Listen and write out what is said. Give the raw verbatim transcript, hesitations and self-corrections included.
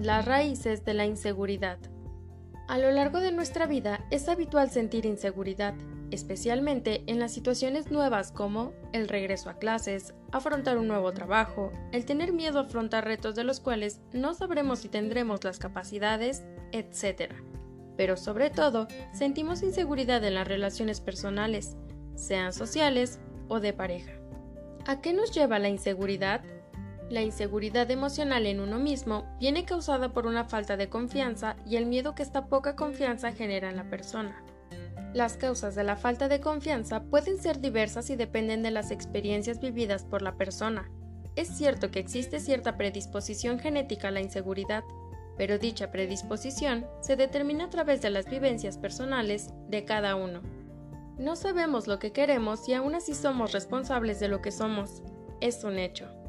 Las raíces de la inseguridad. A lo largo de nuestra vida es habitual sentir inseguridad, especialmente en las situaciones nuevas como el regreso a clases, afrontar un nuevo trabajo, el tener miedo a afrontar retos de los cuales no sabremos si tendremos las capacidades, etcétera. Pero sobre todo, sentimos inseguridad en las relaciones personales, sean sociales o de pareja. ¿A qué nos lleva la inseguridad? La inseguridad emocional en uno mismo viene causada por una falta de confianza y el miedo que esta poca confianza genera en la persona. Las causas de la falta de confianza pueden ser diversas y dependen de las experiencias vividas por la persona. Es cierto que existe cierta predisposición genética a la inseguridad, pero dicha predisposición se determina a través de las vivencias personales de cada uno. No sabemos lo que queremos y aún así somos responsables de lo que somos. Es un hecho.